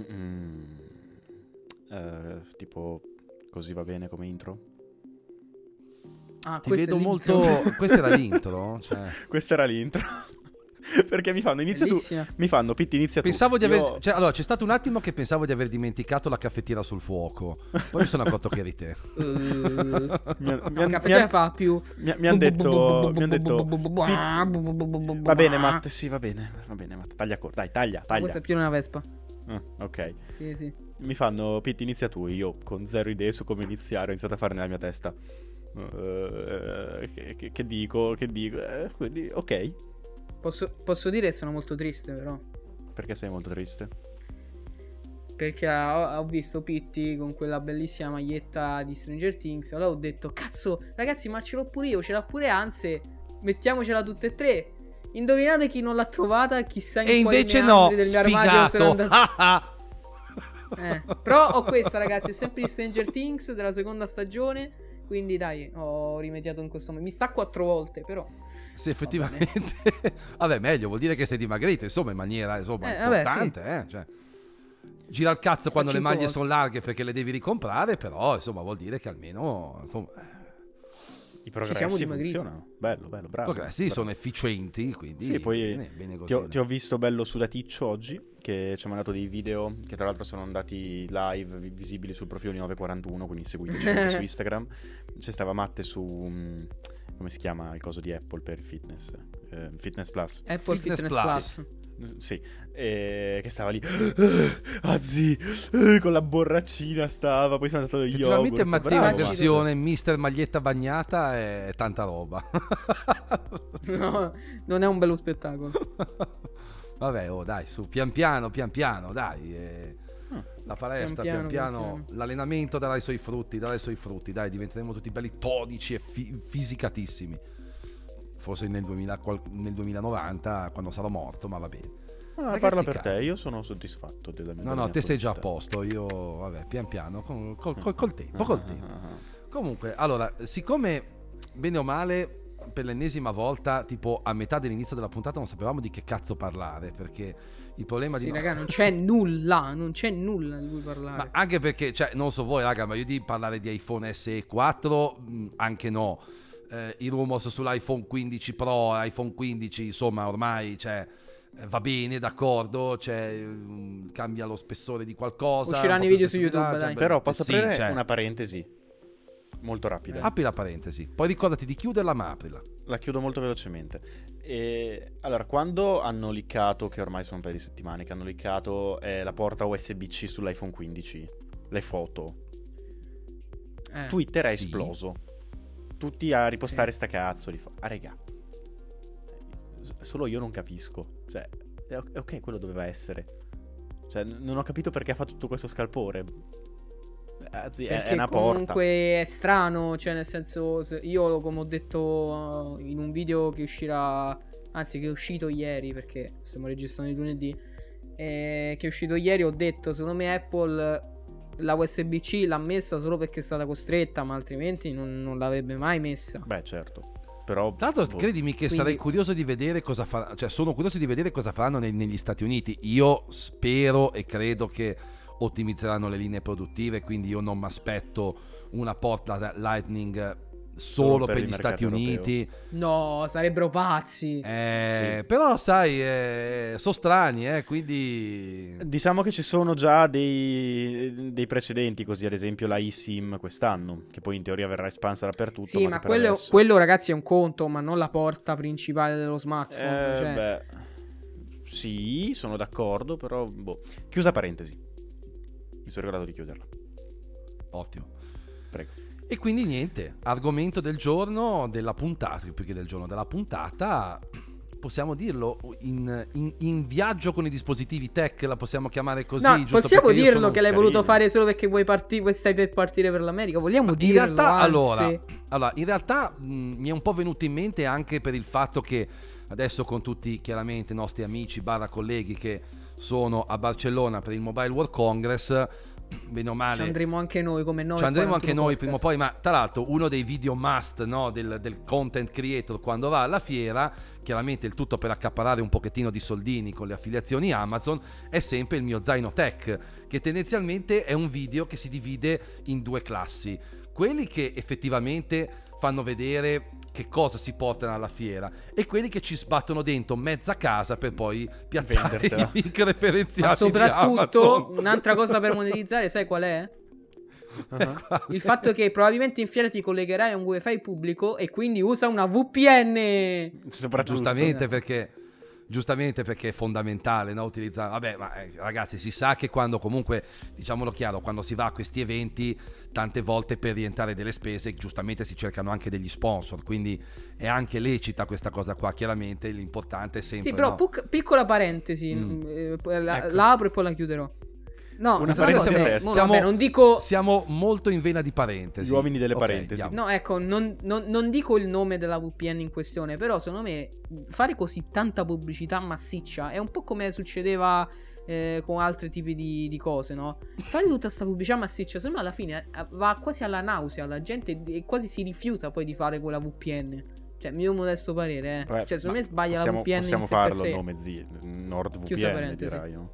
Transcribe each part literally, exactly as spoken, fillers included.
Mm, eh, tipo così va bene come intro? Ah, Ti questo vedo è l'intro. molto. Questa era l'intro? Cioè... Questa era l'intro. Perché mi fanno inizia tu, Bellissima. mi fanno Pitti inizia tu. Pensavo di aver. Io- Cioè, allora, c'è stato un attimo che pensavo di aver dimenticato la caffettiera sul fuoco. Poi mi sono accorto che eri te. Uh, Mi ha- mi no, han- la mi caffettiera han- fa più. mi, mi hanno detto, mi han detto Pi- va bene Matt, sì va bene, va bene Matt, taglia corto, dai taglia, Ma taglia. questa è più una Vespa. Ah, ok, Sì, sì. mi fanno Pitti inizia tu, io con zero idee su come iniziare ho iniziato a fare nella mia testa. Uh, che, che- che dico, che dico, eh, quindi ok, Posso, posso dire che sono molto triste, però. perché sei molto triste? Perché ho, ho visto Pitti con quella bellissima maglietta di Stranger Things. Allora ho detto, cazzo, ragazzi, ma ce l'ho pure io, ce l'ha pure Anse. Mettiamocela tutte e tre. Indovinate chi non l'ha trovata, chissà in E quali invece no, meandri del mio armadio sarà sfigato. andato. Ah, ah. Eh, però ho questa, ragazzi, è sempre di Stranger Things della seconda stagione. Quindi dai, ho rimediato in questo modo. Mi sta quattro volte, però. Sì, effettivamente. Vabbè, meglio, vuol dire che sei dimagrito, insomma, in maniera insomma, Eh, vabbè, importante, eh, cioè. Gira il cazzo Sta quando le cinque maglie volte. sono larghe perché le devi ricomprare, però insomma vuol dire che almeno insomma, I siamo progressi dimagriti. funzionano, bello, bello, bravo. progressi Bravo. sono efficienti, quindi Sì, poi bene, bene così. ti ho, ti ho visto bello sudaticcio oggi, che ci ha mandato dei video che tra l'altro sono andati live, vi- visibili sul profilo di nove quarantuno, quindi seguiteci anche su Instagram. C'è stava Matte su, mm, come si chiama il coso di Apple per il fitness? Eh, Fitness Plus. Apple Fitness Fitness, Plus. Plus. Sì, e che stava lì, ah zì, eh, con la borraccina stava, poi sono andato dello Effettivamente yogurt. Matteo in Bravo, Matteo. versione mister maglietta bagnata è tanta roba. No, non è un bello spettacolo. Vabbè, oh dai, su, pian piano, pian piano, dai. eh, Ah. La palestra, Pian pian piano, piano, pian piano. l'allenamento darà i suoi frutti, darà i suoi frutti, dai, diventeremo tutti belli tonici e fi- fisicatissimi. Forse nel, duemila, qual- nel duemilanovanta, quando sarò morto, ma va bene. Ah, Ragazzi, parla per cari. te, io sono soddisfatto della mia No, della no, mia te sei già a condotta. posto, io, vabbè, pian piano, col, col- col- col tempo, Ah, col ah, tempo. ah, ah. Comunque, allora, siccome bene o male per l'ennesima volta, tipo a metà dell'inizio della puntata non sapevamo di che cazzo parlare, perché il problema Sì, di raga, non c'è nulla, non c'è nulla di cui parlare. Ma anche perché, cioè, non so voi, raga, ma io di parlare di iPhone S E quattro, mh, anche no. Eh, I rumors sull'iPhone quindici Pro, iPhone quindici, insomma, ormai, cioè, eh, va bene, d'accordo, cioè, mh, cambia lo spessore di qualcosa. Usciranno un i po' video più su YouTube, spessore, dai. Però posso sì, aprire cioè, una parentesi molto rapida. apri la parentesi, poi ricordati di chiuderla, ma aprila. La chiudo molto velocemente. E, allora, quando hanno liccato, che ormai sono un paio di settimane, che hanno liccato eh, la porta U S B C sull'iPhone quindici, le foto, Eh. Twitter è Sì. esploso. Tutti a ripostare Sì. sta cazzo di fo- ah, raga. S- Solo io non capisco. Cioè, è o- è ok, quello doveva essere. Cioè, n- non ho capito perché ha fatto tutto questo scalpore. Anzi, è, è Perché una porta. comunque è strano, cioè nel senso, se- io come ho detto uh, in un video che uscirà, anzi che è uscito ieri, perché stiamo registrando il lunedì, eh, che è uscito ieri, ho detto, secondo me Apple la U S B C l'ha messa solo perché è stata costretta, ma altrimenti non, non l'avrebbe mai messa. Beh, certo. Però Tra l'altro, boh. credimi che Quindi- sarei curioso di vedere cosa faranno, cioè sono curioso di vedere cosa faranno nei- negli Stati Uniti. Io spero e credo che ottimizzeranno le linee produttive, quindi io non mi aspetto una porta Lightning solo, Solo per per il gli Stati mercato Uniti. No, sarebbero pazzi. Eh, Sì. Però sai, eh, sono strani, eh, quindi... Diciamo che ci sono già dei, dei precedenti, così ad esempio la eSIM quest'anno, che poi in teoria verrà espansa dappertutto. Sì, ma che per quello, adesso- quello, ragazzi, è un conto, ma non la porta principale dello smartphone. Eh, cioè. beh, sì, sono d'accordo, però boh. Chiusa parentesi. Mi sono ricordato di chiuderla. Ottimo. Prego. E quindi niente, argomento del giorno, della puntata, più che del giorno, della puntata, possiamo dirlo, in, in- in viaggio con i dispositivi tech, la possiamo chiamare così? No, giusto possiamo perché io dirlo sono- che l'hai carino. voluto fare solo perché vuoi partire, stai per partire per l'America? Vogliamo In dirlo, realtà, anzi. allora, allora, in realtà mh, mi è un po' venuto in mente anche per il fatto che adesso con tutti chiaramente i nostri amici barra colleghi che sono a Barcellona per il Mobile World Congress, bene o male ci andremo anche noi come noi ci andremo anche noi podcast. prima o poi, ma tra l'altro uno dei video must, no, del, del content creator quando va alla fiera, chiaramente il tutto per accaparrare un pochettino di soldini con le affiliazioni Amazon, è sempre il mio zaino tech, che tendenzialmente è un video che si divide in due classi: quelli che effettivamente fanno vedere che cosa si portano alla fiera e quelli che ci sbattono dentro mezza casa per poi piazzare Vendertela. i link referenziati. Ma soprattutto di Amazon. un'altra cosa per monetizzare, sai qual è? Uh-huh. Il fatto che probabilmente in fiera ti collegherai a un wifi pubblico e quindi usa una V P N. Soprattutto. Giustamente perché giustamente perché è fondamentale, no, utilizzare. Vabbè, ma eh, ragazzi, si sa che quando comunque, diciamolo chiaro, quando si va a questi eventi, tante volte per rientrare delle spese giustamente si cercano anche degli sponsor, quindi è anche lecita questa cosa qua. Chiaramente l'importante è sempre, Sì, però no? puc- piccola parentesi, Mm. eh, poi la, Ecco. la apro e poi la chiuderò. No, Una questa cosa parentesi è- resta. mo, Siamo- vabbè, non dico. Siamo molto in vena di parentesi. Gli uomini delle Ok, parentesi. andiamo. No, ecco, non, non- non dico il nome della V P N in questione, però secondo me fare così tanta pubblicità massiccia è un po' come succedeva eh, con altri tipi di, di cose, no? Fare tutta questa pubblicità massiccia, secondo me alla fine eh, va quasi alla nausea, la gente e quasi si rifiuta poi di fare quella V P N. Cioè, mio modesto parere, eh. Vabbè, cioè, secondo ma me sbaglia possiamo, la V P N possiamo in sé per farlo sé. a nome zio, NordVPN Chiusa parentesi. dirai, no?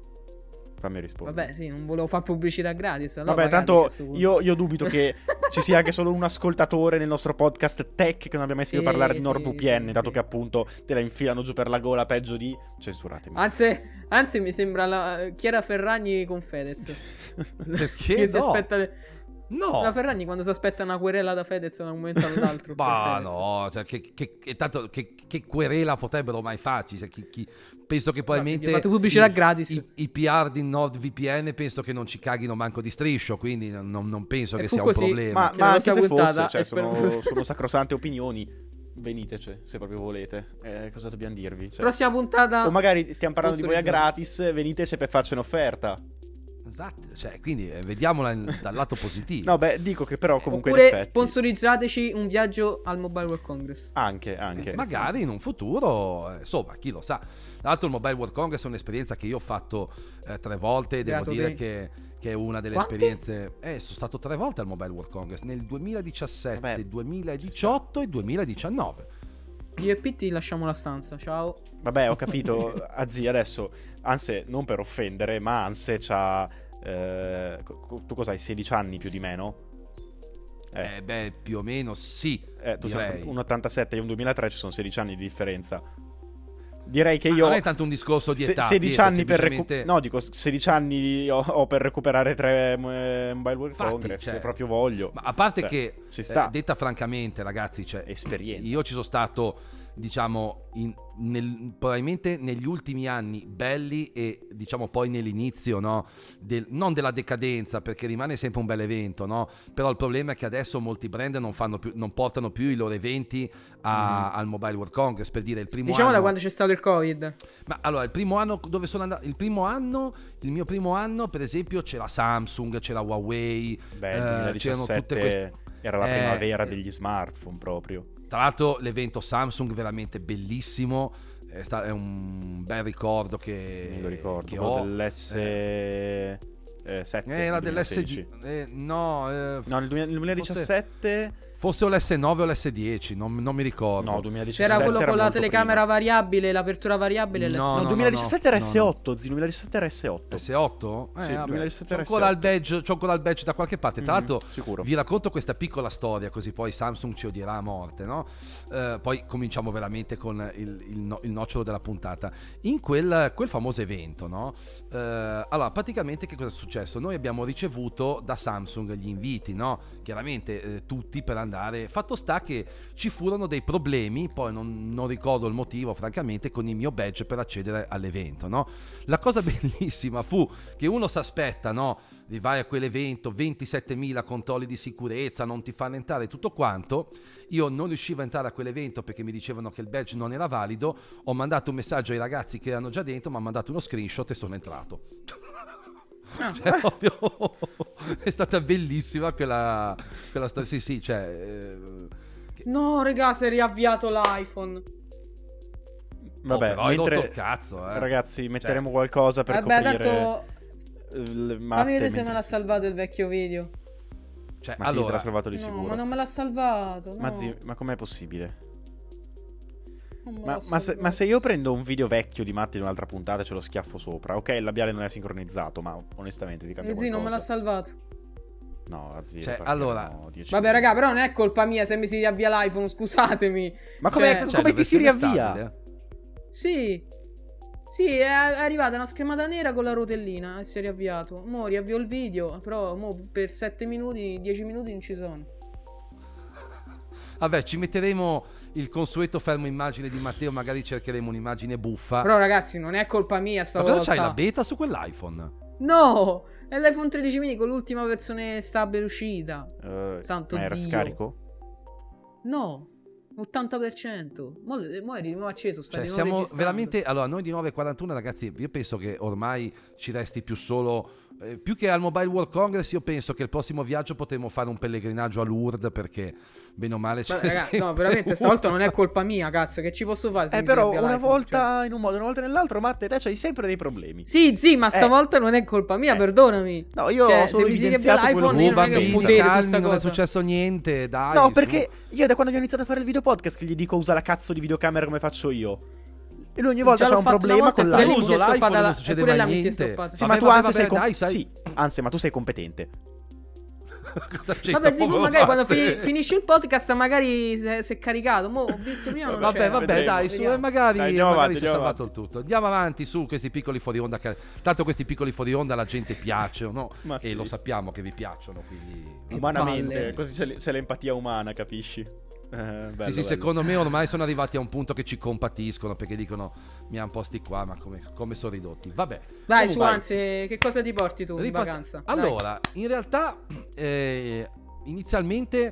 Fammi rispondere. Vabbè, sì, non volevo fare pubblicità gratis. allora Vabbè, magari tanto a questo punto. io, io dubito che ci sia anche solo un ascoltatore nel nostro podcast tech che non abbia mai sentito Sì, parlare di sì, NordVPN, sì, dato sì. che appunto te la infilano giù per la gola peggio di... Censuratemi. Anzi, anzi, mi sembra la Chiara Ferragni con Fedez. Perché Che si no? aspetta le- No. La Ferragni quando si aspetta una querela da Fedez da un momento all'altro. per Ma Fedez. no, cioè, che, che, che tanto che, che querela potrebbero mai farci? Cioè, chi- chi- penso che probabilmente gli ho fatto pubblicità i, gratis. I, i P R di NordVPN penso che non ci caghino manco di striscio, quindi non, non penso E che fu sia così. un problema. ma che ma la anche nostra se puntata fosse, cioè, è sono, spero- sono sacrosante opinioni, veniteci se proprio volete. Eh, cosa dobbiamo dirvi? Cioè, Prossima puntata. o magari stiamo parlando di voi a sponsorizzata. gratis, veniteci per farci un'offerta. Esatto, cioè, quindi eh, vediamola in- dal lato positivo. No, beh, dico che però comunque in Oppure effetti... sponsorizzateci un viaggio al Mobile World Congress. Anche, anche. Magari in un futuro, eh, insomma, chi lo sa. Tra l'altro il Mobile World Congress è un'esperienza che io ho fatto eh, tre volte e devo Beato dire te. che, che è una delle Quante? esperienze... Eh, sono stato tre volte al Mobile World Congress, nel duemiladiciassette, Vabbè, duemiladiciotto e duemiladiciannove. Io e Pitti lasciamo la stanza. Ciao. Vabbè, ho capito. Azzi, adesso, Anse, non per offendere, ma Anse c'ha... eh, co- tu cosa hai, sedici anni più di me, no? Eh, beh, più o meno sì, Eh, tu sei direi. un ottantasette e un duemilatré, ci sono sedici anni di differenza. Direi che Ma io... non è tanto un discorso di se- età, sedici Pietro, anni per recu- semplicemente- No, dico sedici anni ho, ho per recuperare tre eh, Mobile World Infatti, Congress, cioè, se proprio voglio. Ma a parte Cioè, che, ci sta. eh, detta francamente, ragazzi, cioè, Esperienza. io ci sono stato, diciamo, in- nel- probabilmente negli ultimi anni belli e, diciamo, poi nell'inizio, no? Del- non della decadenza, perché rimane sempre un bel evento, no? Però il problema è che adesso molti brand non, fanno più, non portano più i loro eventi a- al Mobile World Congress, per dire il primo Diciamo anno... da quando c'è stato il Covid. Ma allora, il primo anno dove sono andato, il primo anno, il mio primo anno, per esempio, c'era Samsung, c'era Huawei, Beh, eh, il c'erano duemiladiciassette tutte queste. era la Eh, primavera eh, degli smartphone proprio. Tra l'altro, l'evento Samsung veramente bellissimo. È, sta- è un bel ricordo che, Me lo ricordo, che quello ho. dell'S Eh, sette, era duemilasedici. dell'S D. Eh, no, eh, No, nel duemila- nel duemiladiciassette... forse o l'S nove o l'S dieci, non, non mi ricordo. No, duemiladiciassette C'era quello era con la molto telecamera prima. variabile, l'apertura variabile e No, l'S No, no, no, duemiladiciassette era no, S no. otto, zio, duemiladiciassette era S otto. S otto? Eh, Sì, vabbè, duemiladiciassette c'ho era ancora S il otto. badge, c'ho ancora il badge da qualche parte. Tra Mhm, l'altro, sicuro. vi racconto questa piccola storia, così poi Samsung ci odierà a morte, no? Eh, poi cominciamo veramente con il, il no- il nocciolo della puntata. In quel, quel famoso evento, no? Eh, allora, praticamente che cosa è successo? Noi abbiamo ricevuto da Samsung gli inviti, no? Chiaramente eh, tutti per andare. Fatto sta che ci furono dei problemi, poi non, non ricordo il motivo, francamente, con il mio badge per accedere all'evento, no? La cosa bellissima fu che uno si aspetta, no? Di vai a quell'evento, ventisettemila controlli di sicurezza, non ti fanno entrare tutto quanto. Io non riuscivo a entrare a quell'evento perché mi dicevano che il badge non era valido. Ho mandato un messaggio ai ragazzi che erano già dentro, mi hanno mandato uno screenshot e sono entrato. Ah. Cioè, proprio è stata bellissima quella, quella storia. Sì, sì, cioè. eh, che- No, regà, si è riavviato l'iPhone. Vabbè, oh, però hai rotto mentre... il cazzo, eh. Ragazzi, metteremo qualcosa per Vabbè, coprire... tanto l- Fammi Matte vedere se me mentre l'ha si- salvato il vecchio video. Cioè, Ma sì, te l'ha allora, salvato di No, sicuro. ma non me l'ha salvato. No. Ma, zi- ma com'è possibile? Non me Ma, l'ha ma se, salvato. ma se io prendo un video vecchio di Matte in un'altra puntata e ce lo schiaffo sopra, ok, il labiale non è sincronizzato, ma onestamente ti cambia Eh, zii, non me l'ha qualcosa? salvato. No, Azzi, Cioè, perché allora- erano dieci Vabbè, minuti. raga, però non è colpa mia se mi si riavvia l'iPhone, scusatemi. Ma come, Cioè- come cioè, ti si versione riavvia? stabile? Sì. Sì, è è arrivata una schermata nera con la rotellina e si è riavviato. Mo' riavvio il video, però mo per sette minuti, dieci minuti non ci sono. Vabbè, ci metteremo il consueto fermo immagine di Matteo, magari cercheremo un'immagine buffa. Però ragazzi, non è colpa mia Ma stavolta. però c'hai la beta su quell'iPhone? No, è l'iPhone tredici mini con l'ultima versione stabile uscita. Eh, Santo ma era Dio. scarico? No, ottanta per cento. Mo, mo è di nuovo acceso, sta Cioè, di nuovo siamo registrando. veramente. Allora, noi di nove e quarantuno, ragazzi, io penso che ormai ci resti più solo. eh, più che al Mobile World Congress, io penso che il prossimo viaggio potremo fare un pellegrinaggio a Lourdes, perché bene o male Ma, c'è raga, sempre no, veramente uno. stavolta non è colpa mia, cazzo, che ci posso fare se Eh, mi si però riavvia una l'iPhone? volta in un modo, una volta nell'altro, Matte, te c'hai sempre dei problemi. Sì, sì, ma stavolta non è colpa mia, Eh. perdonami. No, io Cioè, ho solo se mi si riavvia evidenziato quello l'iPhone, io non è che ho bambini, potere su calmi, sta non è cosa. successo niente, dai. No, su. perché io da quando ho iniziato a fare il video podcast che gli dico usa la cazzo di videocamera come faccio io. E lui ogni volta Già c'ha l'ho un fatto problema una volta con e pure lì mi l'iPhone. si è l'iPhone stoppata non la... succede e pure mai là mi si è niente. stoppata. Sì, Vabbè, ma tu vabbè, anzi sei vabbè, com- dai, sai- Sì, anzi, ma tu sei competente. Cosa c'entra Vabbè, zio, povero magari quando Matte? fini- finisce il podcast magari si è, si è caricato. Mo' ho visto prima non Vabbè, c'era. vabbè, Vedremo. dai, su, Vediamo. e magari, Dai, andiamo magari avanti, si è andiamo salvato il tutto. Andiamo avanti su questi piccoli fuori onda. Che... Tanto questi piccoli fuori onda alla gente piacciono, Ma e sì. lo sappiamo che vi piacciono. Quindi... Che Umanamente, palle. così c'è, l- c'è l'empatia umana, capisci? Eh, bello, sì, sì, bello. secondo me ormai sono arrivati a un punto che ci compatiscono, perché dicono mi hanno posti qua, ma come, come sono ridotti. Vabbè, Dai, comunque, su, anzi, che cosa ti porti tu in Ripart- vacanza? Dai. Allora, in realtà, eh, inizialmente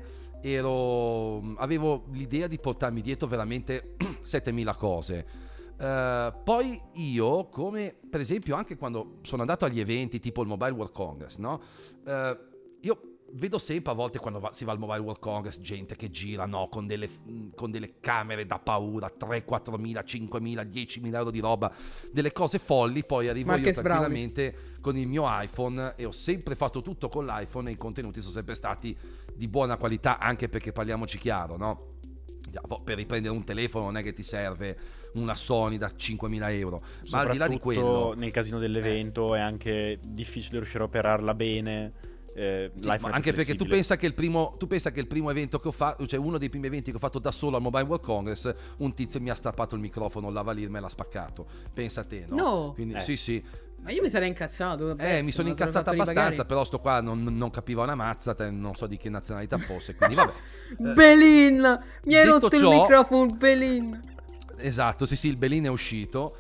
ero, avevo l'idea di portarmi dietro veramente settemila cose. Eh, poi io, come per esempio anche quando sono andato agli eventi tipo il Mobile World Congress, no? Eh, io vedo sempre a volte quando va- si va al Mobile World Congress gente che gira, no, con delle, con delle camere da paura, tre, quattromila, cinquemila, diecimila euro di roba, delle cose folli. Poi arrivo Marques io tranquillamente con il mio iPhone, e ho sempre fatto tutto con l'iPhone, e i contenuti sono sempre stati di buona qualità, anche perché parliamoci chiaro, no? Per riprendere un telefono non è che ti serve una Sony da cinquemila euro, ma al di là di Soprattutto quello, nel casino dell'evento è anche difficile riuscire a operarla bene. Eh, sì, l'iPhone ma è anche più perché tu flessibile. pensa che il primo tu pensa che il primo evento che ho fatto, cioè uno dei primi eventi che ho fatto da solo al Mobile World Congress, un tizio mi ha strappato il microfono, il lavalier me l'ha spaccato, pensa te, no? No. Quindi Eh. sì, sì. Ma io mi sarei incazzato. Eh, mi sono incazzato abbastanza, però sto qua non, non capiva una mazza, te- non so di che nazionalità fosse, quindi vabbè. Eh, Belin! Mi hai detto rotto ciò- il microfono, Belin! Esatto, sì, sì, il Belin è uscito.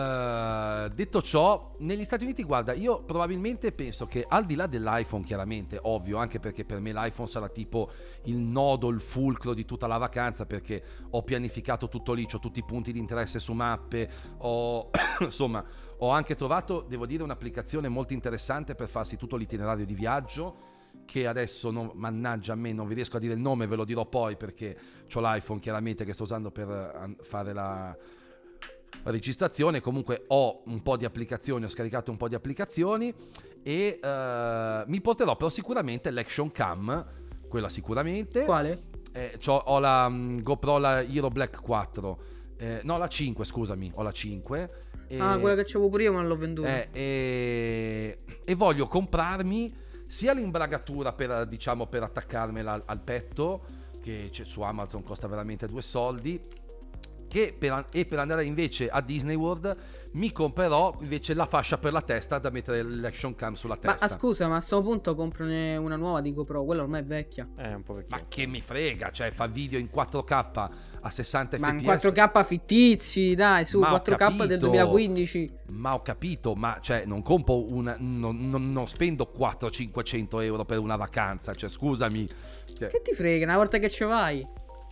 Eh, detto ciò, negli Stati Uniti, guarda, io probabilmente penso che al di là dell'iPhone, chiaramente, ovvio, anche perché per me l'iPhone sarà tipo il nodo, il fulcro di tutta la vacanza, perché ho pianificato tutto lì, ho tutti i punti di interesse su mappe, ho insomma, ho anche trovato, devo dire, un'applicazione molto interessante per farsi tutto l'itinerario di viaggio, che adesso, non, mannaggia a me, non vi riesco a dire il nome, ve lo dirò poi, perché ho l'iPhone chiaramente che sto usando per eh, fare la, la registrazione. Comunque ho un po' di applicazioni, ho scaricato un po' di applicazioni, e eh, mi porterò però sicuramente l'Action Cam, quella sicuramente. Quale? Eh, c'ho- ho la mm, GoPro, la Hero Black quattro, eh, no, la cinque, scusami, ho la cinque. E, Ah, quella che c'avevo pure io, ma l'ho venduta. eh, e, e voglio comprarmi sia l'imbragatura per, diciamo, per attaccarmela al, al petto, che c'è su Amazon, costa veramente due soldi, che per, e per andare invece a Disney World mi comprerò invece la fascia per la testa da mettere l'action cam sulla Ma testa. ah, scusa, ma a sto punto comprane una nuova di GoPro, quella ormai è vecchia. È un po' vecchio. Ma che mi frega, cioè fa video in quattro K a sessanta Ma fps. in quattro K fittizi, dai, su, Ma ho quattro K del capito. duemilaquindici. Ma ho capito, ma cioè non compro una, non, non, non spendo quattrocento cinquecento euro per una vacanza, cioè scusami. Cioè, Che ti frega, una volta che ci vai?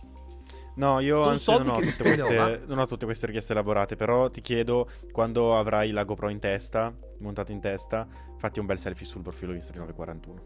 No, io Sono anzi soldi non ho, che tutte spenderò, queste, non ho tutte queste richieste elaborate, però ti chiedo, quando avrai la GoPro in testa, montata in testa, fatti un bel selfie sul profilo Instagram nove quarantuno.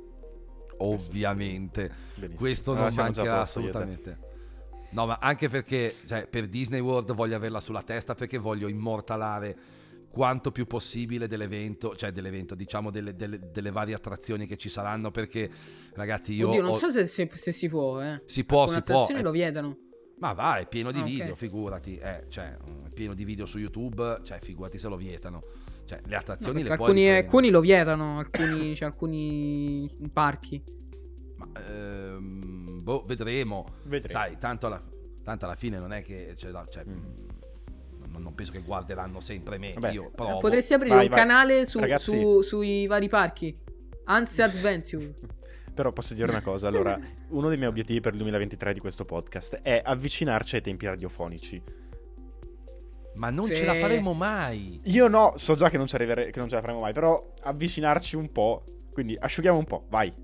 ovviamente. Benissimo. Questo Allora non siamo già a mancherà posto io e te. assolutamente. No, ma anche perché, cioè, per Disney World voglio averla sulla testa, perché voglio immortalare quanto più possibile dell'evento, cioè dell'evento, diciamo delle, delle, delle varie attrazioni che ci saranno, perché ragazzi io Oddio, non ho... so se, se, se si può, eh. Si può, Alcune si può. attrazioni È... lo vietano. Ma va, è pieno di Ah, video, ok. figurati, eh, cioè, è pieno di video su YouTube, cioè figurati se lo vietano. Cioè, le No, attrazioni perché le puoi alcuni, riprendere. alcuni lo vietano, alcuni, c'è alcuni parchi. Ma, ehm, boh, vedremo. Vedremo. Sai, tanto alla, tanto alla fine non è che... Cioè, la- cioè, Mm. non, non penso che guarderanno sempre me, Vabbè, io provo. Potresti aprire Vai, un vai. canale su, Ragazzi- su- sui vari parchi. Ansia Adventure. Però posso dire una cosa, allora, uno dei miei obiettivi per il duemilaventitré di questo podcast è avvicinarci ai tempi radiofonici. Ma non Sì. ce la faremo mai. Io no, so già che non ci arrivere- che non ce la faremo mai, però avvicinarci un po', quindi asciughiamo un po', vai.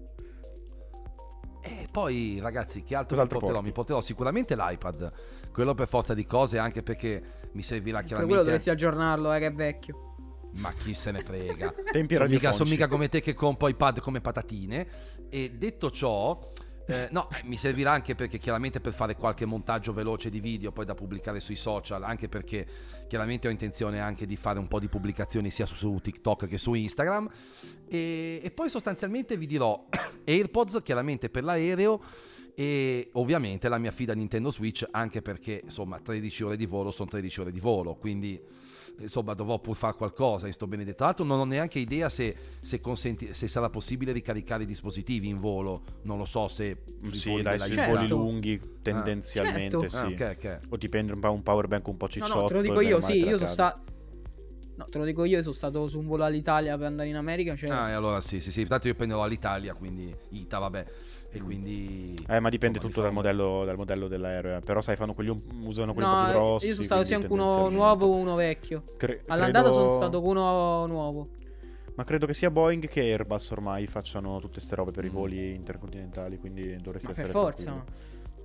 E poi, ragazzi, che altro mi Cos'altro porterò? porti? Mi porterò sicuramente l'iPad, quello per forza di cose, anche perché mi servirà Per chiaramente... quello dovresti aggiornarlo, eh, che è vecchio. Ma chi se ne frega. Tempi Sono mica, radiofonici. son mica come te che compro iPad come patatine. E detto ciò, eh, no, mi servirà anche perché chiaramente per fare qualche montaggio veloce di video poi da pubblicare sui social, anche perché chiaramente ho intenzione anche di fare un po' di pubblicazioni sia su, su TikTok che su Instagram. E, e poi sostanzialmente vi dirò AirPods chiaramente per l'aereo e ovviamente la mia fida Nintendo Switch, anche perché insomma tredici ore di volo sono tredici ore di volo, quindi insomma dovrò pur fare qualcosa in sto benedetto. Tra l'altro non ho neanche idea se, se, consenti, se sarà possibile ricaricare i dispositivi in volo, non lo so se sui Sì, voli dai, della sui Certo. voli lunghi tendenzialmente Certo. sì. Ah, ok, ok. O ti prendi un, pa- un power bank un po' No, cicciotto. no, te lo dico e bene io, o male sì, te la io sono cavi. stato... No, te lo dico io, sono stato su un volo all'Italia per andare in America, cioè... Ah, e allora sì, sì, sì, tanto io prenderò l'Italia, quindi I T A, vabbè, e Mm. quindi... Eh, ma dipende insomma, tutto mi dal fa- modello, dal modello dell'aereo. eh. Però sai, fanno quelli un- usano quelli un po' No, più grossi. io sono stato sia quindi con uno tendenzialmente- nuovo che uno vecchio. Cre- All'andata credo- sono stato con uno nuovo. Ma credo che sia Boeing che Airbus ormai facciano tutte ste robe per i Mm. voli intercontinentali, quindi dovresti Ma per essere forza. tranquillo.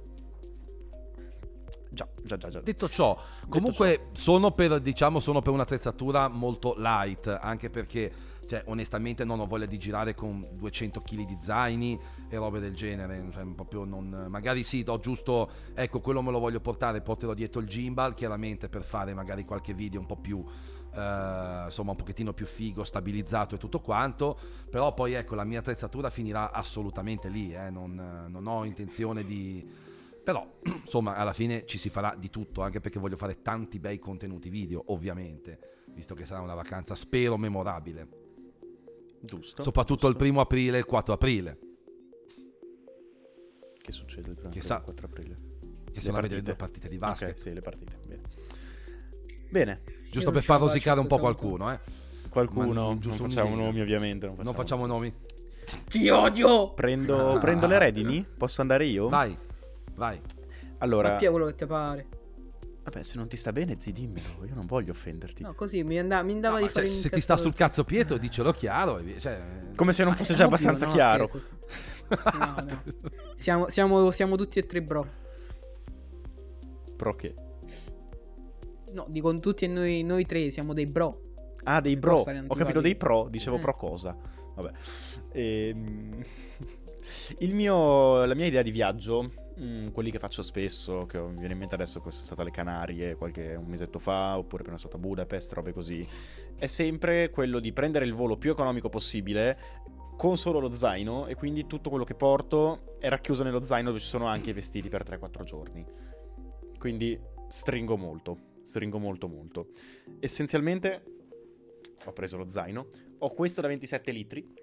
Già, già, già, già. Detto ciò, comunque sono per, diciamo, sono per un'attrezzatura molto light, anche perché, cioè, onestamente non ho voglia di girare con duecento chili di zaini e robe del genere, cioè, proprio non... Magari sì, ho giusto, ecco, quello me lo voglio portare, porterò dietro il gimbal, chiaramente per fare magari qualche video un po' più... Uh, insomma un pochettino più figo, stabilizzato e tutto quanto, però poi ecco la mia attrezzatura finirà assolutamente lì, eh, non, non ho intenzione di... però insomma alla fine ci si farà di tutto, anche perché voglio fare tanti bei contenuti video, ovviamente, visto che sarà una vacanza spero memorabile, Giusto. soprattutto giusto. il primo aprile e il quattro aprile, Che succede il primo Che aprile, sa- il quattro aprile? che sono a vedere due partite di basket, Ok, sì, le partite. Bene. Bene. giusto Io per non ce la far rosicare un po' faccio, questo qualcuno, eh. Qualcuno, Ma non giusto un facciamo idea. nomi ovviamente. Non, Non facciamo. facciamo nomi. Ti odio! Prendo, Ah. prendo le redini? Posso andare io? Vai, vai. Allora, Ma quello che ti pare. vabbè, se non ti sta bene, zi, dimmelo. Io non voglio offenderti. No, così mi andava, mi andava No, di ma fare cioè, un se ti cazzo sta di- sul cazzo Pietro, dicelo chiaro. e via, Cioè... Come se non Ma fosse è già ovvio, abbastanza no, chiaro. scherzo. No, no. Siamo, siamo, siamo tutti e tre bro. Pro che? No, dico tutti e noi, noi tre siamo dei bro. Ah, dei Non bro. può stare Ho antipatico. capito dei pro, dicevo Eh. pro cosa. Vabbè. Ehm, Il mio, la mia idea di viaggio, mm, quelli che faccio spesso, che mi viene in mente adesso, che sono stato alle Canarie qualche un mesetto fa, oppure appena stato a Budapest, robe così, è sempre quello di prendere il volo più economico possibile con solo lo zaino, e quindi tutto quello che porto è racchiuso nello zaino, dove ci sono anche i vestiti per tre quattro giorni. Quindi stringo molto, stringo molto molto. Essenzialmente ho preso lo zaino, ho questo da ventisette litri,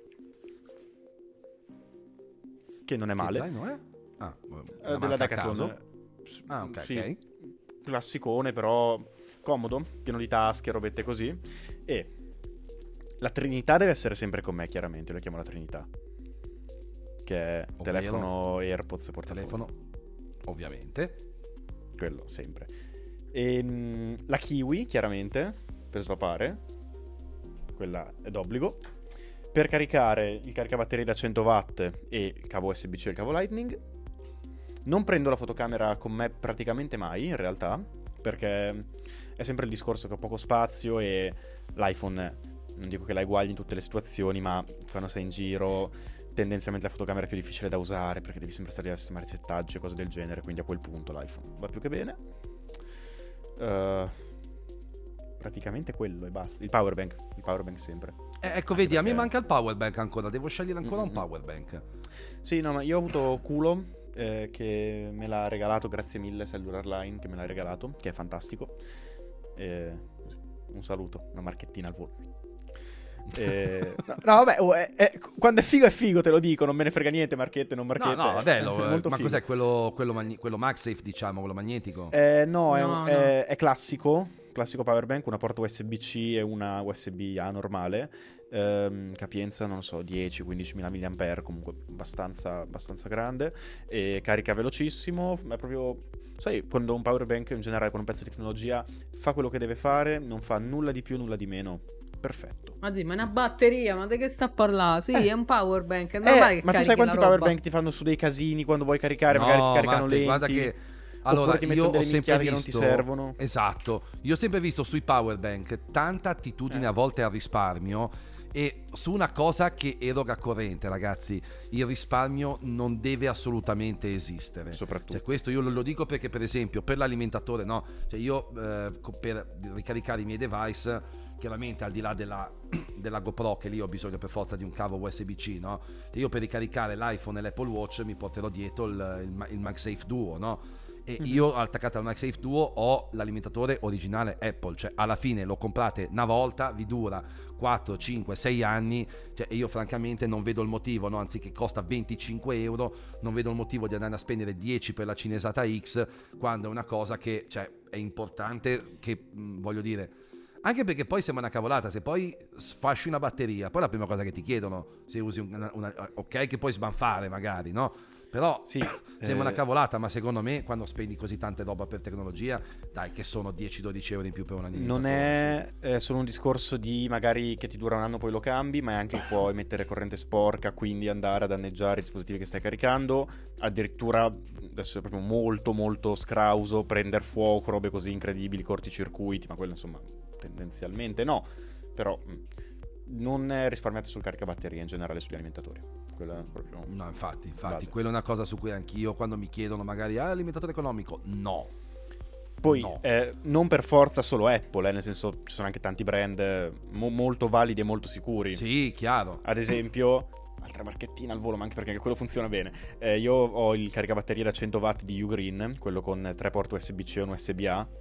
che non è male. Che zaino è? Ah, Eh, una della marca a Decathlon. caso? S- Ah, ok, sì, ok. classicone, però comodo, pieno di tasche, robette così. E la Trinità deve essere sempre con me, chiaramente. Io la chiamo la Trinità, che è Ovvero? telefono, AirPods e portafoglio. Telefono, ovviamente. Quello sempre. E, mm, la Kiwi, chiaramente, per svapare. Quella è d'obbligo. Per caricare il caricabatterie da cento watt e il cavo U S B C e il cavo Lightning. Non prendo la fotocamera con me praticamente mai, in realtà, perché è sempre il discorso che ho poco spazio e l'iPhone, non dico che la eguagli in tutte le situazioni, ma quando sei in giro tendenzialmente la fotocamera è più difficile da usare, perché devi sempre stare a sistemare i settaggi e cose del genere, quindi a quel punto l'iPhone va più che bene. Uh, praticamente quello e basta. Il power bank, il power bank sempre. Eh, ecco, vedi, a me perché- manca il power bank ancora, devo scegliere ancora Mm-mm. un power bank. Sì, no, ma io ho avuto culo eh, che me l'ha regalato, grazie mille Cellular Line che me l'ha regalato, che è fantastico. Eh, un saluto, una marchettina al volo. Eh, no, no, vabbè, oh, è- è- quando è figo è figo, te lo dico, non me ne frega niente, marchette, non No, marchette. no, vabbè, è lo- molto ma figo. cos'è quello, quello, magni- quello MagSafe, diciamo, quello magnetico? Eh, no, è, No, un- no. è- è classico, classico power bank, una porta U S B C e una U S B A normale, ehm, capienza, non so, dieci quindici mila milliampere, comunque abbastanza, abbastanza grande, e carica velocissimo, è proprio, sai, quando un power bank in generale, con un pezzo di tecnologia, fa quello che deve fare, non fa nulla di più, nulla di meno, perfetto. Ma sì, ma è una batteria, ma di che sta a parlare? Sì, Eh. è un power bank, è Eh, normale che ma tu carichi sai quanti la power roba. bank ti fanno su dei casini quando vuoi caricare, No, magari ti caricano Matte, lenti, guarda che allora oppure ti mettono io delle ho sempre minchiate che non visto ti servono. Esatto, io ho sempre visto sui power bank tanta attitudine Eh. a volte al risparmio, e su una cosa che eroga corrente, ragazzi, il risparmio non deve assolutamente esistere. Soprattutto. Cioè, questo io lo, lo dico perché, per esempio, per l'alimentatore, no, cioè io eh, co- per ricaricare i miei device, chiaramente al di là della, della GoPro, che lì ho bisogno per forza di un cavo U S B C, no? E io per ricaricare l'iPhone e l'Apple Watch mi porterò dietro il, il, Ma- il MagSafe Duo, no? E Mhm. io attaccato al MagSafe Duo ho l'alimentatore originale Apple, cioè alla fine lo comprate una volta, vi dura quattro, cinque, sei anni, cioè, e io francamente non vedo il motivo, no? Anziché costa venticinque euro, non vedo il motivo di andare a spendere dieci per la cinesata X, quando è una cosa che, cioè, è importante, che mh, voglio dire, anche perché poi sembra una cavolata, se poi sfasci una batteria, poi la prima cosa che ti chiedono, se usi una, una ok, che puoi sbanfare magari, no? Però Sì, sembra eh, una cavolata, ma secondo me quando spendi così tante roba per tecnologia, dai, che sono dieci dodici euro in più per un alimentatore. non è eh, solo un discorso di magari che ti dura un anno poi lo cambi, ma è anche che puoi mettere corrente sporca, quindi andare a danneggiare i dispositivi che stai caricando, addirittura adesso è proprio molto molto scrauso, prendere fuoco, robe così incredibili, corticircuiti, ma quello insomma tendenzialmente no, però mh, non è risparmiato sul caricabatterie in generale sugli alimentatori. Quello è proprio No, infatti, infatti, base. quella è una cosa su cui anch'io, quando mi chiedono magari, ah, alimentatore economico, no. Poi No. eh, non per forza solo Apple, eh, nel senso ci sono anche tanti brand eh, mo- molto validi e molto sicuri. Sì, chiaro. Ad esempio, altra marchettina al volo, ma anche perché anche quello funziona bene. Eh, io ho il caricabatterie da cento watt di Ugreen, quello con tre porti U S B C e un U S B A.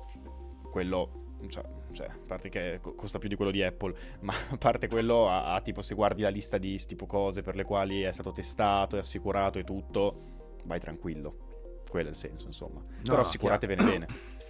Quello, cioè, cioè, a parte che co- costa più di quello di Apple, ma a parte quello, ha, ha tipo, se guardi la lista di tipo cose per le quali è stato testato, è assicurato e tutto, vai tranquillo. Quello è il senso, insomma. Però no, assicurate bene bene.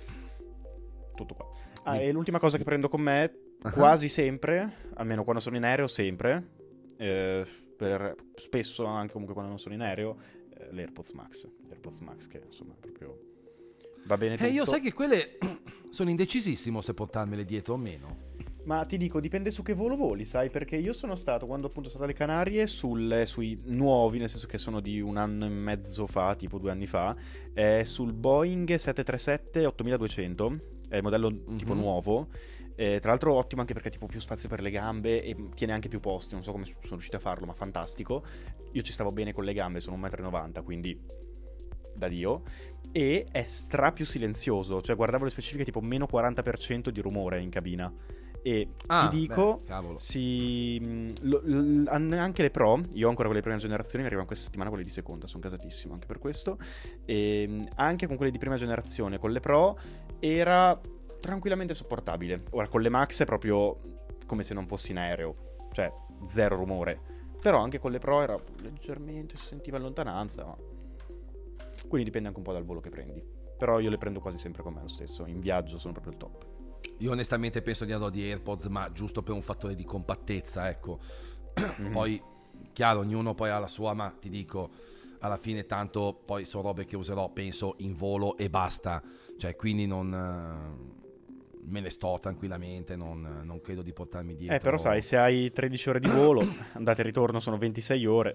Tutto qua. Ah, Mi- e l'ultima cosa che prendo con me, Ah. quasi sempre, almeno quando sono in aereo, sempre, eh, per, spesso anche comunque quando non sono in aereo, eh, l'AirPods Max. L'AirPods Max che insomma proprio va bene tutto. Eh, io sai che quelle sono indecisissimo se portarmele dietro o meno. Ma ti dico, dipende su che volo voli, sai? Perché io sono stato, quando appunto sono stato alle Canarie, sul, sui nuovi, nel senso che sono di un anno e mezzo fa, tipo due anni fa, eh, sul Boeing sette tre sette ottomiladuecento, è il modello tipo Mhm. nuovo. Eh, tra l'altro ottimo anche perché ha tipo più spazio per le gambe e tiene anche più posti, non so come sono riusciti a farlo, ma fantastico. Io ci stavo bene con le gambe, sono un metro e novanta, quindi da Dio. E è stra più silenzioso, cioè guardavo le specifiche tipo meno quaranta per cento di rumore in cabina. E Ah, ti dico, beh, cavolo. si, mh, lo- l- han- anche le Pro, io ho ancora quelle di prima generazione, mi arrivano questa settimana quelle di seconda, sono casatissimo anche per questo. E mh, anche con quelle di prima generazione, con le Pro, era tranquillamente sopportabile. Ora con le Max è proprio come se non fossi in aereo, cioè zero rumore. Però anche con le Pro era leggermente, si sentiva in lontananza, ma... Quindi dipende anche un po' dal volo che prendi. Però io le prendo quasi sempre con me lo stesso, in viaggio sono proprio il top. Io onestamente penso di andare di AirPods, ma giusto per un fattore di compattezza, ecco. Mhm. Poi, chiaro, ognuno poi ha la sua, ma ti dico, alla fine tanto poi sono robe che userò, penso, in volo e basta. Cioè, quindi non... eh, me ne sto tranquillamente, non, non credo di portarmi dietro. Eh, però sai, se hai tredici ore di volo, andate e ritorno sono ventisei ore.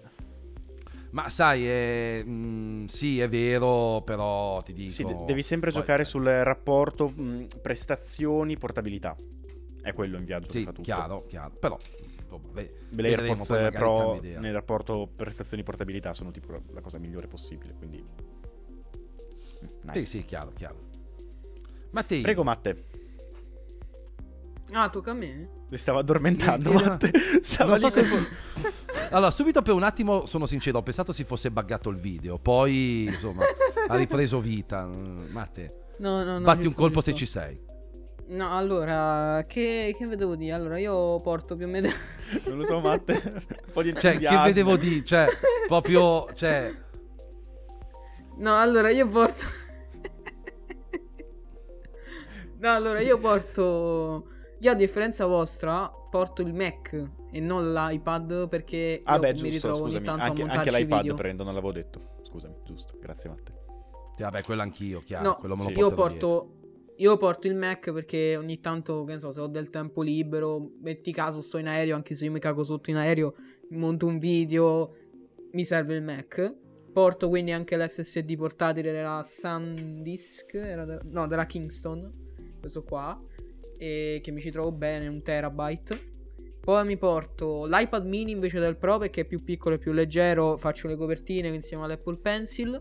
Ma sai, è, mh, sì, è vero, però ti dico... Sì, de- devi sempre poi- giocare sul rapporto mh, prestazioni-portabilità. È quello in viaggio che Sì, fa tutto. chiaro, chiaro. Però, insomma, ve- Le vedremo, AirPods poi magari Pro cambio idea. nel rapporto prestazioni-portabilità sono tipo la- la cosa migliore possibile, quindi... Mm, nice. Sì, sì, chiaro, chiaro. Mattei, Prego, Matte. Ah, tocca a me? Mi stavo addormentando. Era- Matte. Stava Non so lì se così. fo- Allora, subito per un attimo, sono sincero, ho pensato si fosse buggato il video, poi insomma ha ripreso vita. Mm, Matte, No, no, no. batti un giusto, colpo se giusto. ci sei. No, allora, che, che vedevo dire? Allora, io porto più o meno... Non lo so, Matte. Un po' di Cioè, che entusiasmo. vedevo di, cioè, proprio, cioè, No, allora, io porto... No, allora, io porto... Io a differenza vostra porto il Mac e non l'iPad perché Ah io beh, mi giusto, ritrovo ogni scusami. tanto Anche, a anche montarci l'iPad video. prendo, non l'avevo detto. Scusami, giusto. Grazie, Matte. cioè, vabbè, quello anch'io, chiaro, No, quello me lo sì. io porterò dietro. porto... Io porto il Mac perché ogni tanto, che ne so, se ho del tempo libero, metti caso sto in aereo, anche se io mi cago sotto in aereo, monto un video, mi serve il Mac. Porto quindi anche l'S S D portatile della SanDisk, era de- no, della Kingston, questo qua, e che mi ci trovo bene, un terabyte. Poi mi porto l'iPad mini invece del Pro perché è più piccolo e più leggero, faccio le copertine insieme all'Apple Pencil.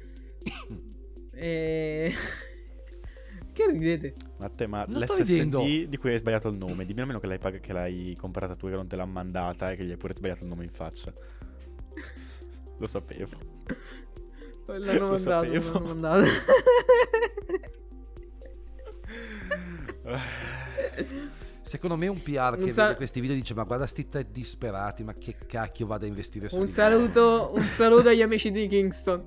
E... Che ridete? Matte, ma Non sto l'S S D ridendo. di cui hai sbagliato il nome, dimmi almeno che l'hai, pag- che l'hai comprata tu e che non te l'ha mandata e che gli hai pure sbagliato il nome in faccia. Lo sapevo. L'hanno Lo mandato, sapevo. l'hanno mandato. Secondo me un P R che Un sal- vede questi video dice ma guarda sti tre disperati, ma che cacchio vado a investire su Un di saluto, un saluto agli amici di Kingston.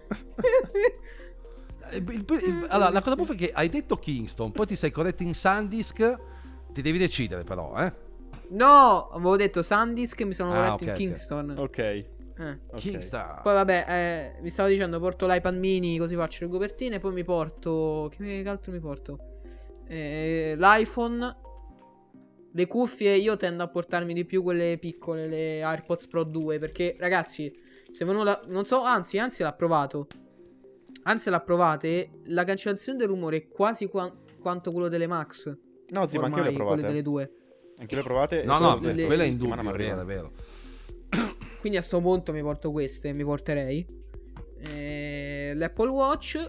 Il- il- il- allora, la cosa buffa è che hai detto Kingston, poi ti sei corretto in SanDisk, ti devi decidere però, eh. No, avevo detto SanDisk e mi sono Ah, corretto ok, in ok. Kingston. Ok. Eh. ok. Kingston. Poi vabbè, eh, vi stavo dicendo, porto l'iPad mini così faccio le copertine. Poi mi porto... Che, che altro mi porto? Eh, L'iPhone. Le cuffie io tendo a portarmi di più quelle piccole, le AirPods Pro due. Perché ragazzi, se voi non la... Non so, anzi, anzi l'ha provato. Anzi l'ha provate. La cancellazione del rumore è quasi qua- quanto quello delle Max. No, zio, ma anche io le ho Ormai, quelle provate. delle due. Anche le ho provate. No, e no, quello- le- quella è in settimana dubbio, è mi vero, è arriva. vero. Quindi a sto punto mi porto queste, mi porterei. Eh, L'Apple Watch.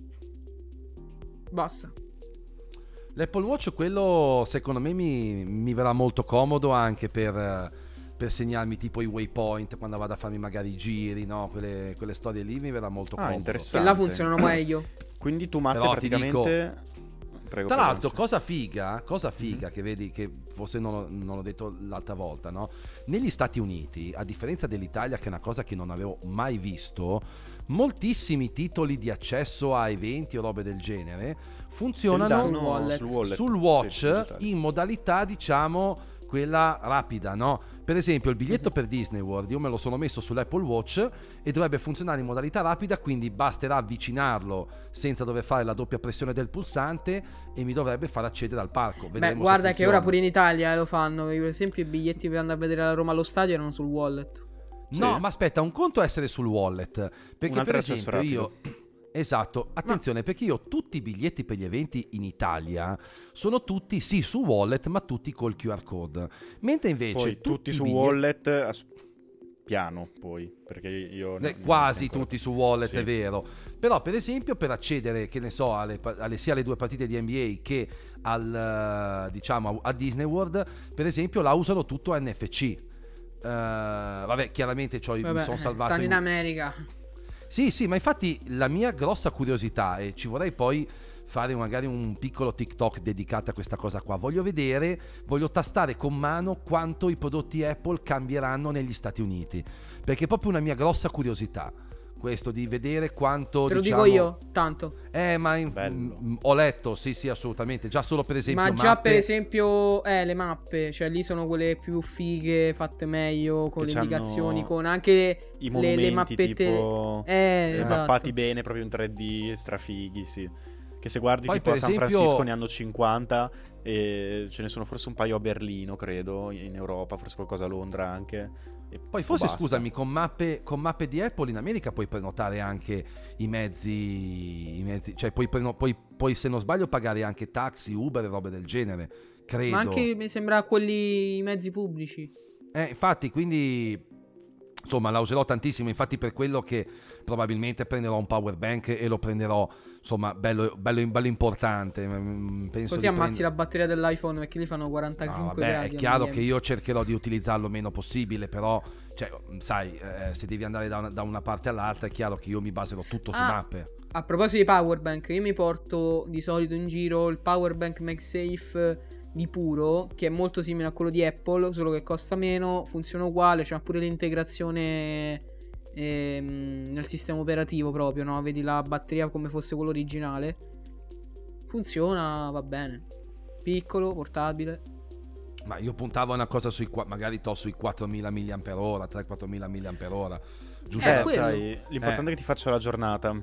Basta. L'Apple Watch, quello secondo me mi, mi verrà molto comodo anche per, per segnarmi tipo i waypoint quando vado a farmi magari i giri, no? Quelle, quelle storie lì mi verrà molto Ah, comodo. Che interessante. là funzionano meglio. Quindi tu, Matte, Però ti praticamente... Prego, Tra prego, l'altro, sì. cosa figa, cosa figa che vedi, che forse non, ho- non l'ho detto l'altra volta, no? Negli Stati Uniti, a differenza dell'Italia, che è una cosa che non avevo mai visto, moltissimi titoli di accesso a eventi o robe del genere funzionano Te li danno sul wallet. sul wallet. sul Sì, watch digitale. in modalità, diciamo, quella rapida, no? Per esempio il biglietto per Disney World io me lo sono messo sull'Apple Watch e dovrebbe funzionare in modalità rapida, quindi basterà avvicinarlo senza dover fare la doppia pressione del pulsante e mi dovrebbe far accedere al parco. Beh, Vedremo se guarda che funziona. ora pure in Italia lo fanno. Per esempio, i biglietti per andare a vedere la Roma allo stadio erano sul wallet. No, Sì. ma aspetta, un conto è essere sul wallet, perché Un altro per accesso esempio io rapido. esatto, attenzione, perché io tutti i biglietti per gli eventi in Italia sono tutti sì su wallet, ma tutti col Q R code. Mentre invece Poi tutti i su biglietti- wallet as- piano, poi, perché io... Eh, no, quasi ancora- tutti su wallet, Sì. è vero. Però per esempio per accedere, che ne so, alle, alle- sia alle due partite di N B A che al eh, diciamo a Disney World, per esempio la usano tutto a N F C. Eh, vabbè, chiaramente c'ho, i- mi Vabbè, sono eh, salvato stanno in in- America. Sì, sì, ma infatti la mia grossa curiosità, e ci vorrei poi fare magari un piccolo TikTok dedicato a questa cosa qua, voglio vedere, voglio tastare con mano quanto i prodotti Apple cambieranno negli Stati Uniti, perché è proprio una mia grossa curiosità, questo di vedere quanto, Te lo diciamo... dico io, tanto. Eh, ma in- Bello. m- ho letto, sì, sì, assolutamente, già solo per esempio Ma già mappe- per esempio, eh, le mappe, cioè lì sono quelle più fighe, fatte meglio, con Che le c'hanno indicazioni, con anche I le, monumenti le mappette. tipo... Eh, eh, esatto. mappati bene, proprio in tre D, strafighi, sì. Che se guardi Poi, tipo per a San esempio- Francisco ne hanno cinquanta e ce ne sono forse un paio a Berlino, credo, in Europa, forse qualcosa a Londra anche. E Poi forse basta. scusami, con mappe, con mappe di Apple in America puoi prenotare anche i mezzi, i mezzi cioè puoi, preno- puoi, puoi se non sbaglio pagare anche taxi, Uber e robe del genere, credo. Ma anche mi sembra quelli i mezzi pubblici. Eh, infatti, quindi insomma la userò tantissimo, infatti per quello che probabilmente prenderò un power bank e lo prenderò insomma bello, bello, bello importante. Penso Così di ammazzi prendere... la batteria dell'iPhone perché lì fanno quarantacinque no, vabbè, gradi. è chiaro che io cercherò di utilizzarlo il meno possibile, però cioè, sai, eh, se devi andare da una, da una parte all'altra è chiaro che io mi baserò tutto su Ah. mappe. A proposito di powerbank, io mi porto di solito in giro il powerbank MagSafe di Puro, che è molto simile a quello di Apple, solo che costa meno, funziona uguale, c'è pure l'integrazione ehm, nel sistema operativo proprio, no? Vedi la batteria come fosse quello originale. Funziona, va bene. Piccolo, portabile. Ma io puntavo a una cosa sui qua- magari to sui quattromila milliampere ora, tre quattromila milliampere ora. Giusto? Eh, Eh, quello. sai, l'importante Eh. è che ti faccia la giornata.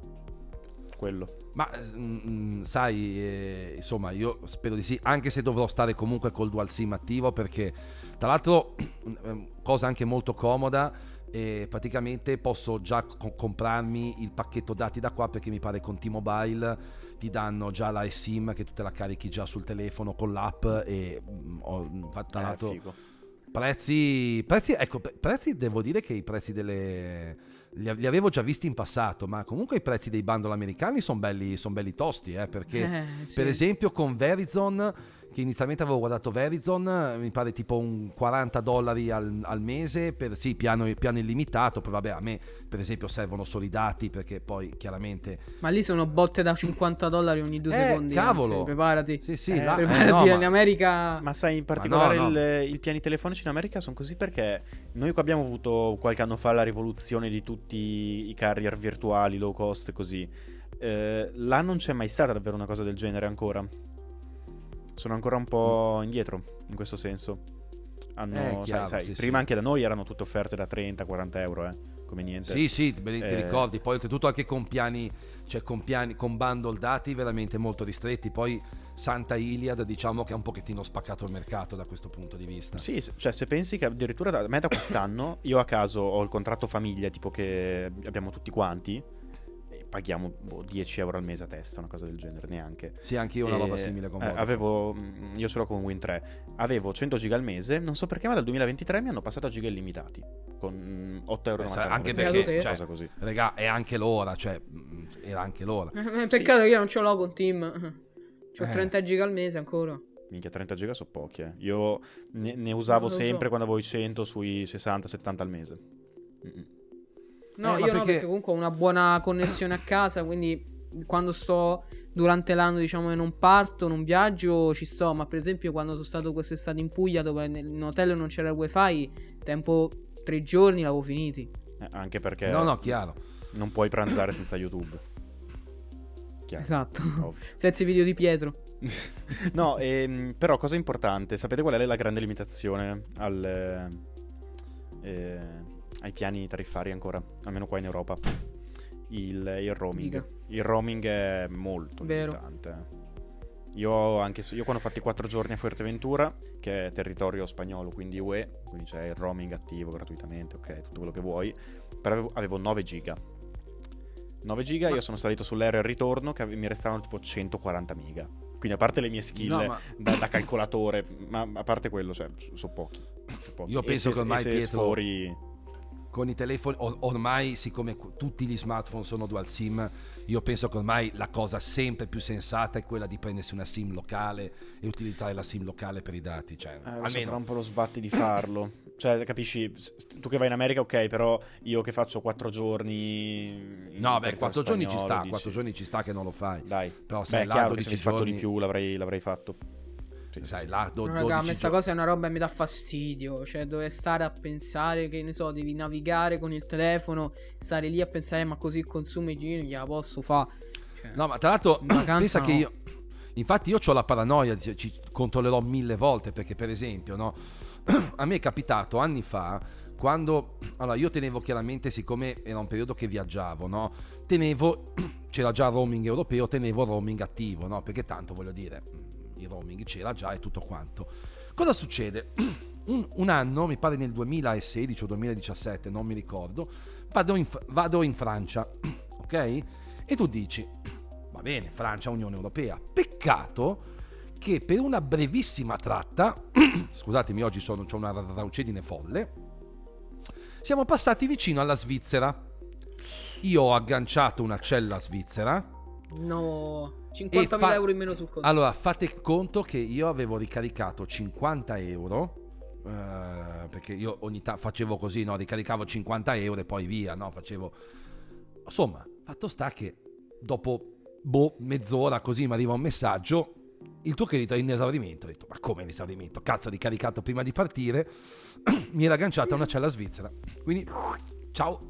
Quello. Ma mm, sai, eh, insomma, io spero di sì, anche se dovrò stare comunque col dual sim attivo, perché tra l'altro cosa anche molto comoda, e praticamente posso già co- comprarmi il pacchetto dati da qua, perché mi pare con T-Mobile ti danno già la eSIM che tu te la carichi già sul telefono con l'app, e mm, ho tra Eh, l'altro figo. prezzi, prezzi, ecco, pre- prezzi devo dire che i prezzi delle li, li avevo già visti in passato, ma comunque i prezzi dei bundle americani sono belli, son belli tosti, eh, perché Eh, sì. per esempio con Verizon, che inizialmente avevo guardato Verizon, mi pare tipo un quaranta dollari al, al mese per sì, piano, piano illimitato. Poi vabbè, a me per esempio servono solo i dati, perché poi chiaramente Ma lì sono botte da cinquanta dollari ogni due Eh, secondi. cavolo. Anzi, preparati. sì sì Eh, là- eh, Preparati, no, in ma- America. Ma sai, in particolare no, no. il- i piani telefonici in America sono così perché noi qua abbiamo avuto qualche anno fa la rivoluzione di tutti i carrier virtuali, low cost e così. Eh, là non c'è mai stata davvero una cosa del genere ancora. Sono ancora un po' indietro in questo senso. Hanno, Eh, sai, chiaro, sai, sì, prima sì. anche da noi erano tutte offerte da trenta quaranta euro, eh, come niente. Sì, sì, te li- ti Eh, ricordi. Poi oltretutto anche con piani, cioè con piani, con bundle dati veramente molto ristretti. Poi Santa Iliad, diciamo che ha un pochettino spaccato il mercato da questo punto di vista. Sì, se- cioè se pensi che addirittura da, a me da quest'anno, io a caso ho il contratto famiglia, tipo che abbiamo tutti quanti, e paghiamo boh, dieci euro al mese a testa, una cosa del genere, neanche. Sì, anche io una E, roba simile con eh, Vodafone. avevo, mm, io ce l'ho con Win tre, avevo cento giga al mese, non so perché ma dal duemilaventitré mi hanno passato a giga illimitati, con mm, otto euro e Eh, novantanove. anche perché, una cioè, cosa così. Regà, è anche l'ora, cioè mm, era anche l'ora. Eh, Peccato che io non ce l'ho con Team. C'ho Eh. trenta giga al mese ancora. Minchia, trenta giga sono pochi, eh. Io ne, ne usavo Non lo so. sempre quando avevo i cento sui sessanta settanta al mese. Mm-mm. No, Eh, ma io no, perché- perché comunque ho una buona connessione a casa, quindi quando sto durante l'anno, diciamo, e non parto, non viaggio, ci sto. Ma per esempio quando sono stato quest'estate in Puglia, dove nel- in hotel non c'era il wifi, tempo tre giorni l'avevo finiti. Eh, anche perché No, no, chiaro. non puoi pranzare senza YouTube. Chiaro, Esatto. ovvio. Senza i video di Pietro. No, ehm, però cosa importante, sapete qual è la grande limitazione al, eh, ai piani tariffari ancora, almeno qua in Europa? Il, il roaming. Dica. Il roaming è molto Vero. limitante. Io, ho anche, io quando ho fatto i quattro giorni a Fuerteventura, che è territorio spagnolo, quindi U E, quindi c'è il roaming attivo gratuitamente, ok, tutto quello che vuoi, però avevo, avevo nove giga. nove giga, Ma- io sono salito sull'aereo al ritorno che ave- mi restavano tipo centoquaranta miga. Quindi a parte le mie skill No, ma- da, da calcolatore, ma a parte quello, cioè, sono pochi. so pochi. Io E penso se- che ormai, e se Pietro, sfori... Con i telefoni, or- ormai siccome cu- tutti gli smartphone sono dual sim, io penso che ormai la cosa sempre più sensata è quella di prendersi una sim locale e utilizzare la sim locale per i dati, cioè, Eh, lo so, almeno però un po' lo sbatti di farlo. Cioè, capisci? S- Tu che vai in America, ok, però io che faccio quattro giorni... in no, beh, territorio quattro giorni ci spagnolo, sta, dici, quattro giorni ci sta che non lo fai. Dai. Però Beh, sai, è là chiaro che dodici se avessi fatto di giorni- più l'avrei, l'avrei fatto. Sì, sì, Sai, sì. là do- No, raga, a me dodici sta gio- cosa è una roba che mi dà fastidio. Cioè, dove stare a pensare che, ne so, devi navigare con il telefono, stare lì a pensare, ma così consumo i giri, gliela posso fa. Cioè, No, ma tra l'altro in vacanza pensa no. che io infatti io ho la paranoia, ci, ci controllerò mille volte, perché per esempio, no, a me è capitato anni fa quando allora io tenevo chiaramente, siccome era un periodo che viaggiavo, no, tenevo c'era già il roaming europeo, tenevo il roaming attivo, no, perché tanto voglio dire il roaming c'era già e tutto quanto. Cosa succede? Un, un anno, mi pare nel duemilasedici o duemiladiciassette, non mi ricordo, vado in, vado in Francia, ok? E tu dici, va bene, Francia, Unione Europea, peccato che per una brevissima tratta, scusatemi, oggi sono, c'ho una raucedine folle, siamo passati vicino alla Svizzera. Io ho agganciato una cella svizzera. No, cinquantamila fa- euro in meno sul conto. Allora, fate conto che io avevo ricaricato cinquanta euro, eh, perché io ogni tanto facevo così, no? Ricaricavo cinquanta euro e poi via, no? Facevo... Insomma, fatto sta che dopo, boh, mezz'ora così mi arriva un messaggio, il tuo credito è in esaurimento. Ho detto, ma come in esaurimento? Cazzo, ho ricaricato prima di partire, mi era agganciata una cella svizzera. Quindi, ciao.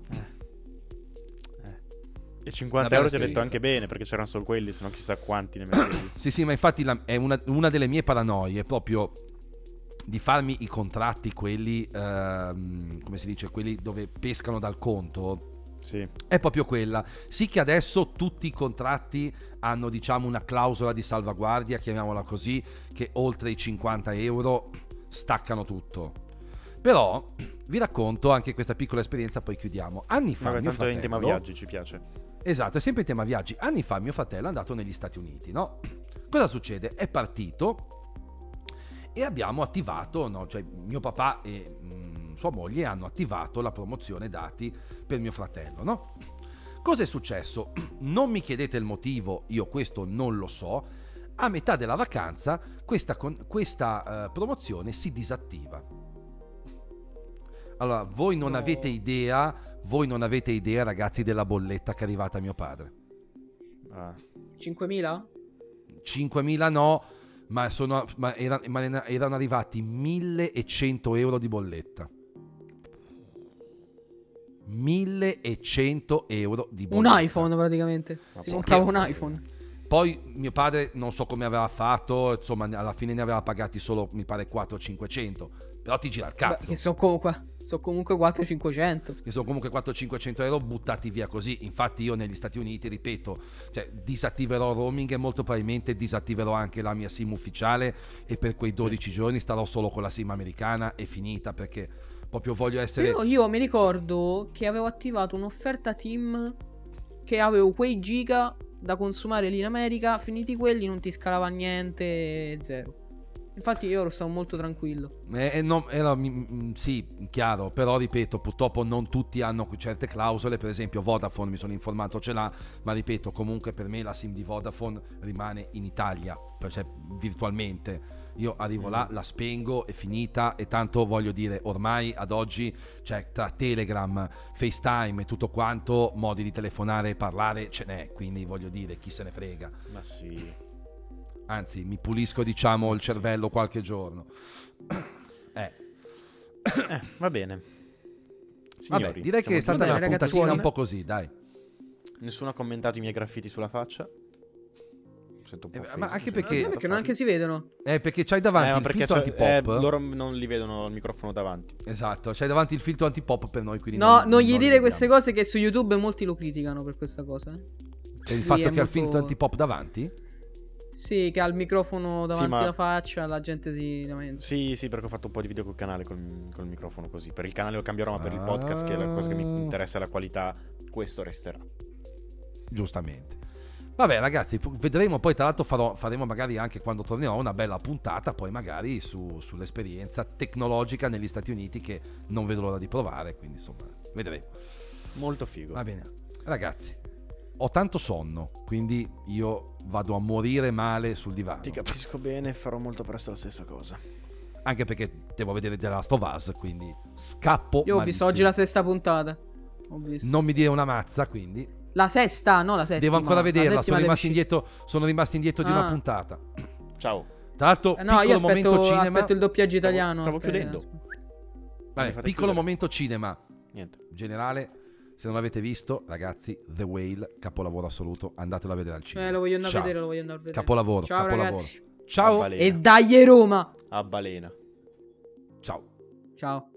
E cinquanta euro ti ha detto anche bene, perché c'erano solo quelli, se no chissà quanti ne mettevi. Sì, sì, ma infatti la, è una, una delle mie paranoie, proprio di farmi i contratti, quelli, ehm, come si dice, quelli dove pescano dal conto. Sì. È proprio quella. Sì che adesso tutti i contratti hanno, diciamo, una clausola di salvaguardia, chiamiamola così, che oltre i cinquanta euro staccano tutto. Però vi racconto anche questa piccola esperienza, poi chiudiamo. Anni fa Vabbè, mio tanto è in fratello... tema viaggi, ci piace. Esatto, è sempre in tema viaggi. Anni fa mio fratello è andato negli Stati Uniti, no? Cosa succede? È partito e abbiamo attivato, no? Cioè mio papà e mh, sua moglie hanno attivato la promozione dati per mio fratello, no? Cosa è successo? Non mi chiedete il motivo, io questo non lo so. A metà della vacanza questa, con, questa uh, promozione si disattiva. Allora, voi non No. avete idea, voi non avete idea, ragazzi, della bolletta che è arrivata a mio padre. Ah. cinquemila? cinquemila no, ma, sono, ma, era, ma erano arrivati millecento euro di bolletta. millecento euro di bolletta. Un iPhone praticamente. Ma Si perché? comprava un iPhone. Poi mio padre non so come aveva fatto, insomma alla fine ne aveva pagati solo mi pare quattrocento cinquecento, però ti gira il cazzo. Beh, che so comunque, so comunque quattrocento cinquecento. Che sono comunque quattrocento cinquecento euro buttati via così. Infatti io negli Stati Uniti, ripeto, cioè, disattiverò il roaming e molto probabilmente disattiverò anche la mia SIM ufficiale e per quei dodici sì. giorni starò solo con la SIM americana e finita, perché proprio voglio essere... Però io mi ricordo che avevo attivato un'offerta Team che avevo quei giga da consumare lì in America, finiti quelli non ti scalava niente, zero. Infatti io ero stato molto tranquillo. Eh, eh, no, era, mm, sì, chiaro, però ripeto, purtroppo non tutti hanno certe clausole. Per esempio Vodafone, mi sono informato, ce l'ha, ma ripeto, comunque per me la SIM di Vodafone rimane in Italia, cioè virtualmente. Io arrivo là, la spengo, è finita, e tanto voglio dire, ormai ad oggi, cioè tra Telegram, FaceTime e tutto quanto, modi di telefonare e parlare ce n'è, quindi voglio dire, chi se ne frega. Ma sì. Anzi, mi pulisco, diciamo, il cervello qualche giorno. eh. eh, va bene. Signori, vabbè, direi che è stata bene, una ragazzuoli. puntatina un po' così, dai. Nessuno ha commentato i miei graffiti sulla faccia. Sento un po' Eh, offeso, ma anche sì, perché- non so perché farlo. non anche si vedono. Eh, perché c'hai davanti Eh, ma il perché filtro c'è- antipop. eh, loro non li vedono il microfono davanti. Esatto, c'hai davanti il filtro antipop per noi, quindi No, non, non gli li dire queste vediamo. cose che su YouTube molti lo criticano per questa cosa. eh. E il Lui fatto è che ha il molto- filtro antipop davanti? Sì, che ha il microfono davanti ma- alla faccia, la gente si lamenta. Sì, sì, perché ho fatto un po' di video col canale col, col microfono così. Per il canale lo cambierò, ma per il Ah. podcast, che è la cosa che mi interessa, è la qualità, questo resterà. Giustamente. Vabbè ragazzi, pu- vedremo poi, tra l'altro farò, faremo magari anche quando tornerò una bella puntata poi magari su, sull'esperienza tecnologica negli Stati Uniti, che non vedo l'ora di provare, quindi insomma vedremo. Molto figo. Va bene ragazzi, ho tanto sonno, quindi io vado a morire male sul divano, Ti capisco bene, farò molto presto la stessa cosa. anche perché devo vedere The Last of Us, quindi scappo Io ho visto malissimo. oggi la sesta puntata. Ho visto. Non mi dire una mazza, quindi La sesta, no la settima. devo ancora La vederla, settima sono deve rimasti uscire. indietro, sono rimasti indietro di Ah. una puntata. Ciao. Tra l'altro, Eh, no, io piccolo aspetto, momento cinema. aspetto il doppiaggio Stavo- italiano. stavo aspetta, chiudendo. aspetta. Vabbè, Mi fate piccolo chiudere. momento cinema Niente. generale. Se non l'avete visto, ragazzi, The Whale, capolavoro assoluto, andatelo a vedere al cinema. Eh, lo voglio andare Ciao. a vedere, lo voglio andare a vedere. Capolavoro, Ciao capolavoro. ragazzi. Ciao. A balena. E dai Roma. A balena. Ciao. Ciao.